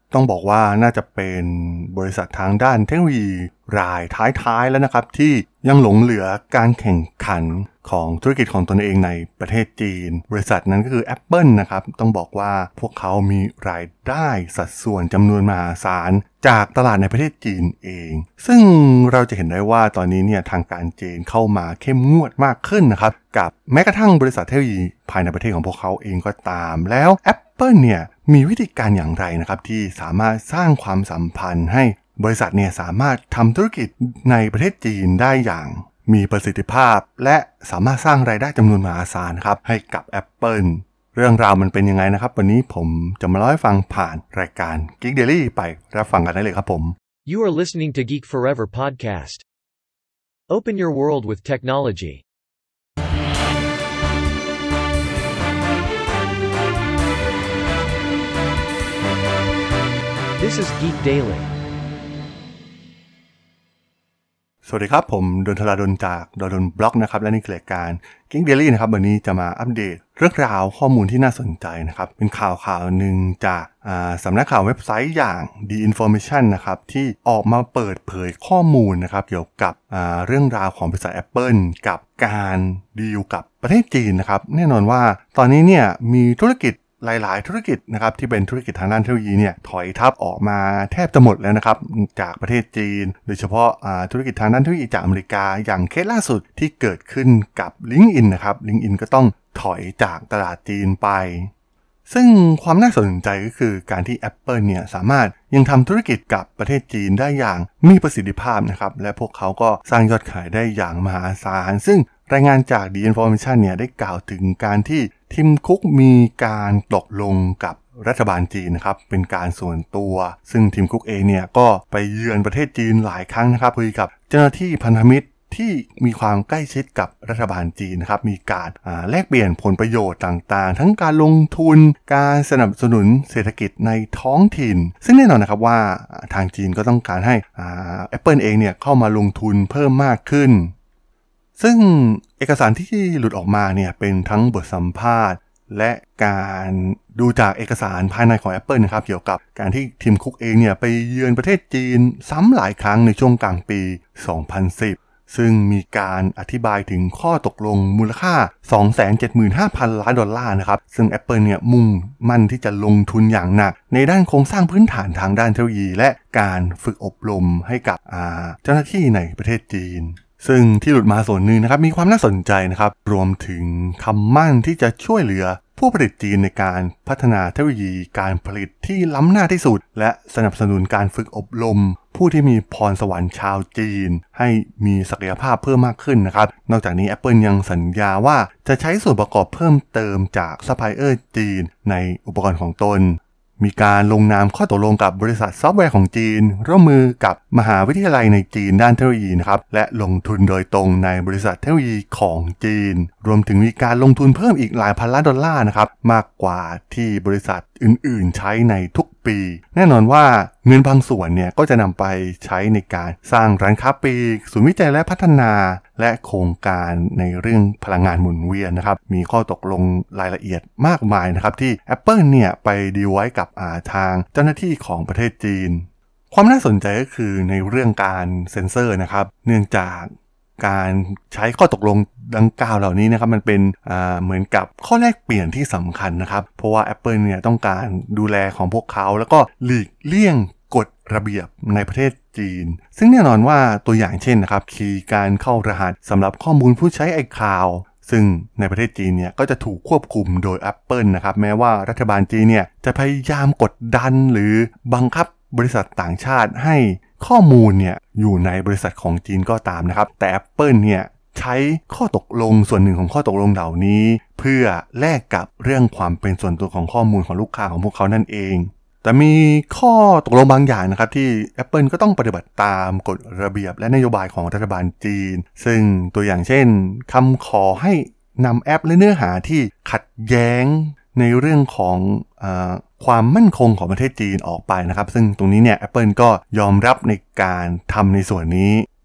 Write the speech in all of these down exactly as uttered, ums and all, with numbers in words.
ต้องบอกว่าน่าจะเป็นบริษัททางด้านเทคโนโลยีรายท้ายๆแล้วนะครับที่ยังหลงเหลือการแข่งขันของธุรกิจของตนเองในประเทศจีนบริษัทนั้นก็คือ Apple นะครับต้องบอกว่าพวกเขามีรายได้สัดส่วนจำนวนมหาศาลจากตลาดในประเทศจีนเองซึ่งเราจะเห็นได้ว่าตอนนี้เนี่ยทางการจีนเข้ามาเข้มงวดมากขึ้นนะครับกับแม้กระทั่งบริษัทเทคโนโลยีภายในประเทศของพวกเขาเองก็ตามแล้ว Apple เนี่ยมีวิธีการอย่างไรนะครับที่สามารถสร้างความสัมพันธ์ให้บริษัทเนี่ยสามารถทำธุรกิจในประเทศจีนได้อย่างมีประสิทธิภาพและสามารถสร้างรายได้จำนวนมหาศาลครับให้กับ Apple เรื่องราวมันเป็นยังไงนะครับวันนี้ผมจะมาเล่าให้ฟังผ่านรายการ Geek Daily ไปรับฟังกันได้เลยครับผม You are listening to Geek Forever podcast. Open your world with technology. This is Geek Daily. สวัสดีครับผมดนทราดลจากดนบล็อกนะครับและนี่คือรายการ Geek Daily นะครับวันนี้จะมาอัปเดตเรื่องราวข้อมูลที่น่าสนใจนะครับเป็นข่าวข่าวหนึ่งจากสำนักข่าวเว็บไซต์อย่าง The Information นะครับที่ออกมาเปิดเผยข้อมูลนะครับเกี่ยวกับเรื่องราวของบริษัท Apple กับการดีลกับประเทศจีนนะครับแน่นอนว่าตอนนี้เนี่ยมีธุรกิจหลายๆธุรกิจนะครับที่เป็นธุรกิจทางด้านเทคโนโลยีเนี่ยถอยทับออกมาแทบจะหมดแล้วนะครับจากประเทศจีนโดยเฉพาะธุรกิจทางด้านเทคโนโลยีจากอเมริกาอย่างเคสล่าสุดที่เกิดขึ้นกับ LinkedIn นะครับ LinkedIn ก็ต้องถอยจากตลาดจีนไปซึ่งความน่าสนใจก็คือการที่ Apple เนี่ยสามารถยังทำธุรกิจกับประเทศจีนได้อย่างมีประสิทธิภาพนะครับและพวกเขาก็สร้างยอดขายได้อย่างมหาศาลซึ่งรายงานจาก The Information เนี่ยได้กล่าวถึงการที่ทิมคุกมีการตกลงกับรัฐบาลจีนนะครับเป็นการส่วนตัวซึ่งทิมคุกเองเนี่ยก็ไปเยือนประเทศจีนหลายครั้งนะครับคุยกับเจ้าหน้าที่พันธมิตรที่มีความใกล้ชิดกับรัฐบาลจีนนะครับมีการแลกเปลี่ยนผลประโยชน์ต่างๆทั้งการลงทุนการสนับสนุนเศรษฐกิจในท้องถิ่นซึ่งแน่นอนนะครับว่าทางจีนก็ต้องการให้ Apple เองเนี่ยเข้ามาลงทุนเพิ่มมากขึ้นซึ่งเอกสารที่หลุดออกมาเนี่ยเป็นทั้งบทสัมภาษณ์และการดูจากเอกสารภายในของ Apple นะครับเกี่ยวกับการที่ทีมคุกเองเนี่ยไปเยือนประเทศจีนซ้ำหลายครั้งในช่วงกลางปีสองพันสิบซึ่งมีการอธิบายถึงข้อตกลงมูลค่า สองแสนเจ็ดหมื่นห้าพัน ล้านดอลลาร์นะครับซึ่ง Apple เนี่ยมุ่งมั่นที่จะลงทุนอย่างหนักในด้านโครงสร้างพื้นฐานทางด้านเทคโนโลยีและการฝึกอบรมให้กับเจ้าหน้าที่ในประเทศจีนซึ่งที่หลุดมาส่วนหนึ่งนะครับมีความน่าสนใจนะครับรวมถึงคำมั่นที่จะช่วยเหลือผู้ผลิตจีนในการพัฒนาเทคโนโลยีการผลิตที่ล้ำหน้าที่สุดและสนับสนุนการฝึกอบรมผู้ที่มีพรสวรรค์ชาวจีนให้มีศักยภาพเพิ่มมากขึ้นนะครับนอกจากนี้ Apple ยังสัญญาว่าจะใช้ส่วนประกอบเพิ่มเติมจากซัพพลายเออร์จีนในอุปกรณ์ของตนมีการลงนามข้อตกลงกับบริษัทซอฟต์แวร์ของจีนร่วมมือกับมหาวิทยาลัยในจีนด้านเทคโนโลยีนะครับและลงทุนโดยตรงในบริษัทเทคโนโลยีของจีนรวมถึงมีการลงทุนเพิ่มอีกหลายพันล้านดอลลาร์นะครับมากกว่าที่บริษัทอื่นๆใช้ในทุกปีแน่นอนว่าเงินบางส่วนเนี่ยก็จะนำไปใช้ในการสร้างร้านค้าปลีกศูนย์วิจัยและพัฒนาและโครงการในเรื่องพลังงานหมุนเวียนนะครับมีข้อตกลงรายละเอียดมากมายนะครับที่ Apple เนี่ยไปดีลไว้กับอาทางเจ้าหน้าที่ของประเทศจีนความน่าสนใจก็คือในเรื่องการเซ็นเซอร์นะครับเนื่องจากการใช้ข้อตกลงดังกล่าวเหล่านี้นะครับมันเป็นเหมือนกับข้อแลกเปลี่ยนที่สำคัญนะครับเพราะว่า Apple เนี่ยต้องการดูแลของพวกเขาแล้วก็หลีกเลี่ยงกฎระเบียบในประเทศจีนซึ่งแน่นอนว่าตัวอย่างเช่นนะครับคีย์การเข้ารหัสสำหรับข้อมูลผู้ใช้ iCloud ซึ่งในประเทศจีนเนี่ยก็จะถูกควบคุมโดย Apple นะครับแม้ว่ารัฐบาลจีนเนี่ยจะพยายามกดดันหรือบังคับบริษัทต่างชาติให้ข้อมูลเนี่ยอยู่ในบริษัทของจีนก็ตามนะครับแต่ Apple เนี่ยใช้ข้อตกลงส่วนหนึ่งของข้อตกลงเหล่านี้เพื่อแลกกับเรื่องความเป็นส่วนตัวของข้อมูลของลูกค้าของพวกเขานั่นเองแต่มีข้อตกลงบางอย่างนะครับที่ Apple ก็ต้องปฏิบัติตามกฎระเบียบและนโยบายของรัฐบาลจีนซึ่งตัวอย่างเช่นคำขอให้นำแอปและเนื้อหาที่ขัดแย้งในเรื่องของเอ่อความมั่นคงของประเทศจีนออกไปนะครับซึ่งตรงนี้เนี่ย Apple ก็ยอมรับในการทำในส่วนนี้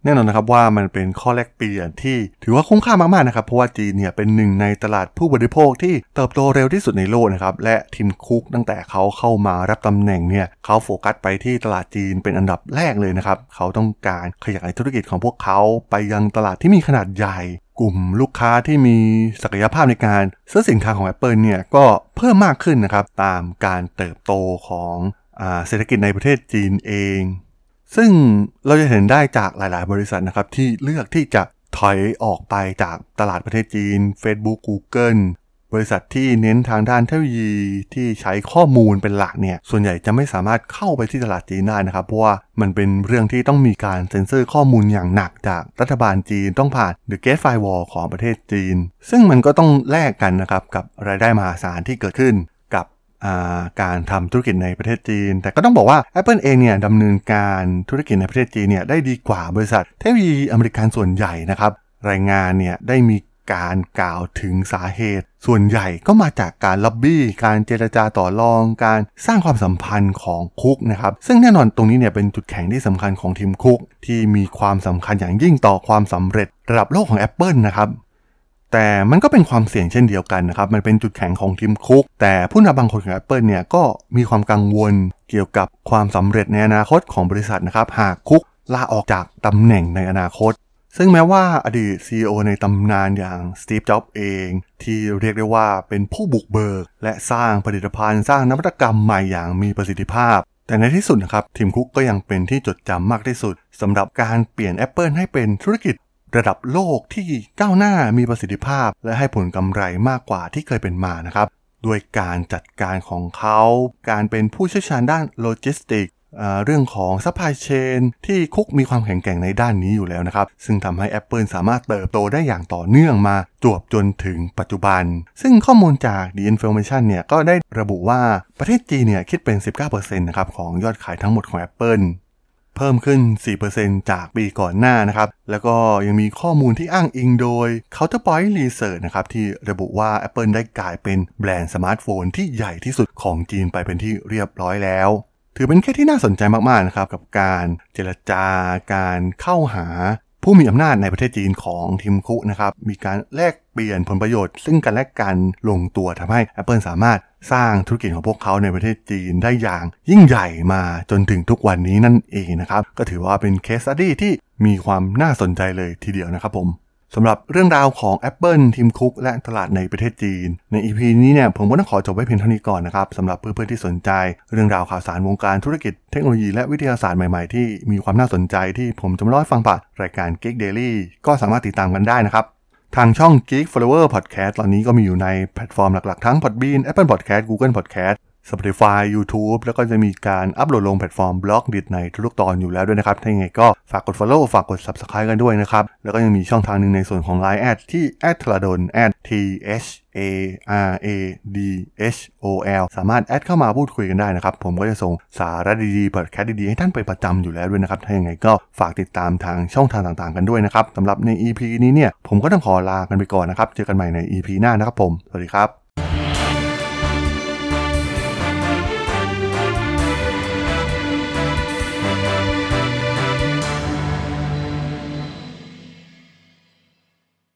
แน่นอนนะครับว่ามันเป็นข้อแลกเปลี่ยนที่ถือว่าคุ้มค่ามากๆนะครับเพราะว่าจีนเนี่ยเป็นหนึ่งในตลาดผู้บริโภคที่เติบโตเร็วที่สุดในโลกนะครับและทิมคุกตั้งแต่เขาเข้ามารับตำแหน่งเนี่ยเขาโฟกัสไปที่ตลาดจีนเป็นอันดับแรกเลยนะครับเขาต้องการขยายธุรกิจของพวกเขาไปยังตลาดที่มีขนาดใหญ่กลุ่มลูกค้าที่มีศักยภาพในการซื้อสินค้าของ Apple เนี่ยก็เพิ่มมากขึ้นนะครับตามการเติบโตของอ่าเศรษฐกิจในประเทศจีนเองซึ่งเราจะเห็นได้จากหลายๆบริษัทนะครับที่เลือกที่จะถอยออกไปจากตลาดประเทศจีน Facebook Google บริษัทที่เน้นทางด้านเทคโนโลยีที่ใช้ข้อมูลเป็นหลักเนี่ยส่วนใหญ่จะไม่สามารถเข้าไปที่ตลาดจีนได้นะครับเพราะว่ามันเป็นเรื่องที่ต้องมีการเซ็นเซอร์ข้อมูลอย่างหนักจากรัฐบาลจีนต้องผ่าน The Great Firewall ของประเทศจีนซึ่งมันก็ต้องแลกกันนะครับกับรายได้มหาศาลที่เกิดขึ้นกับการทำธุรกิจในประเทศจีนแต่ก็ต้องบอกว่า Apple เองเนี่ยดำเนินการธุรกิจในประเทศจีนเนี่ยได้ดีกว่าบริษัทเทคโนโลยีอเมริกันส่วนใหญ่นะครับรายงานเนี่ยได้มีการกล่าวถึงสาเหตุส่วนใหญ่ก็มาจากการล็อบบี้การเจรจาต่อรองการสร้างความสัมพันธ์ของคุกนะครับซึ่งแน่นอนตรงนี้เนี่ยเป็นจุดแข็งที่สำคัญของทีมคุกที่มีความสำคัญอย่างยิ่งต่อความสำเร็จระดับโลกของ Apple นะครับแต่มันก็เป็นความเสี่ยงเช่นเดียวกันนะครับมันเป็นจุดแข็งของทีมคุกแต่ผู้นำบางคนของ Apple เนี่ยก็มีความกังวลเกี่ยวกับความสำเร็จในอนาคตของบริษัทนะครับหากคุกลาออกจากตำแหน่งในอนาคตซึ่งแม้ว่าอดีต ซี อี โอ ในตำนานอย่างสตีฟ จ็อบส์เองที่เรียกได้ว่าเป็นผู้บุกเบิกและสร้างผลิตภัณฑ์สร้างนวัตกรรมใหม่อย่างมีประสิทธิภาพแต่ในที่สุดนะครับทีมคุกก็ยังเป็นที่จดจำมากที่สุดสำหรับการเปลี่ยน Apple ให้เป็นธุรกิจระดับโลกที่ก้าวหน้ามีประสิทธิภาพและให้ผลกำไรมากกว่าที่เคยเป็นมานะครับด้วยการจัดการของเขาการเป็นผู้เชี่ยวชาญด้านโลจิสติกเรื่องของซัพพลายเชนที่คุกมีความแข็งแกร่งในด้านนี้อยู่แล้วนะครับซึ่งทำให้ Apple สามารถเติบโตได้อย่างต่อเนื่องมาจวบจนถึงปัจจุบันซึ่งข้อมูลจาก The Information เนี่ยก็ได้ระบุว่าประเทศจีนเนี่ยคิดเป็น สิบเก้าเปอร์เซ็นต์ นะครับของยอดขายทั้งหมดของ Apple เพิ่มขึ้น สี่เปอร์เซ็นต์ จากปีก่อนหน้านะครับแล้วก็ยังมีข้อมูลที่อ้างอิงโดย Counterpoint Research นะครับที่ระบุว่า Apple ได้กลายเป็นแบรนด์สมาร์ทโฟนที่ใหญ่ที่สุดของจีนไปเป็นที่เรียบร้อยแล้วถือเป็นแค่ที่น่าสนใจมากๆนะครับกับการเจรจาการเข้าหาผู้มีอำนาจในประเทศจีนของทีมคุกนะครับมีการแลกเปลี่ยนผลประโยชน์ซึ่งกันและกันลงตัวทำให้ Apple สามารถสร้างธุรกิจของพวกเขาในประเทศจีนได้อย่างยิ่งใหญ่มาจนถึงทุกวันนี้นั่นเองนะครับก็ถือว่าเป็นเคสสตั๊ดดี้ที่มีความน่าสนใจเลยทีเดียวนะครับผมสำหรับเรื่องราวของ Apple ทีมคุกและตลาดในประเทศจีนใน อี พี นี้เนี่ยผมก็ต้องขอจบไว้เพียงเท่านี้ก่อนนะครับสำหรับเพื่อนๆที่สนใจเรื่องราวข่าวสารวงการธุรกิจเทคโนโลยีและวิทยาศาสตร์ใหม่ๆที่มีความน่าสนใจที่ผมจะมาเล่าให้ฟังผ่านรายการ Geek Daily ก็สามารถติดตามกันได้นะครับทางช่อง Geek Flower Podcast ตอนนี้ก็มีอยู่ในแพลตฟอร์มหลักๆทั้ง Podbean Apple Podcast Google Podcast Spotify YouTube แล้วก็จะมีการอัปโหลดลงแพลตฟอร์มบล็อกดิจในทุกๆตอนอยู่แล้วด้วยนะครับถ้าอย่างไรก็ฝากกด Follow ฝากกด Subscribe กันด้วยนะครับแล้วก็ยังมีช่องทางนึงในส่วนของ ไลน์ แอด ที่ แอท ทราดล แอท ที เอช เอ อาร์ เอ ดี เอช โอ แอล สามารถแอดเข้ามาพูดคุยกันได้นะครับผมก็จะส่งสาระดีๆพอดแคสต์ดีๆให้ท่านเป็นประจำอยู่แล้วด้วยนะครับถ้าอย่างไรก็ฝากติดตามทางช่องทางต่างๆกันด้วยนะครับสำหรับใน อี พี นี้เนี่ยผมก็ต้องขอลากันไปก่อนนะครับเจอกันใหม่ใน อี พี หน้านะครับผมสวัสดีครับ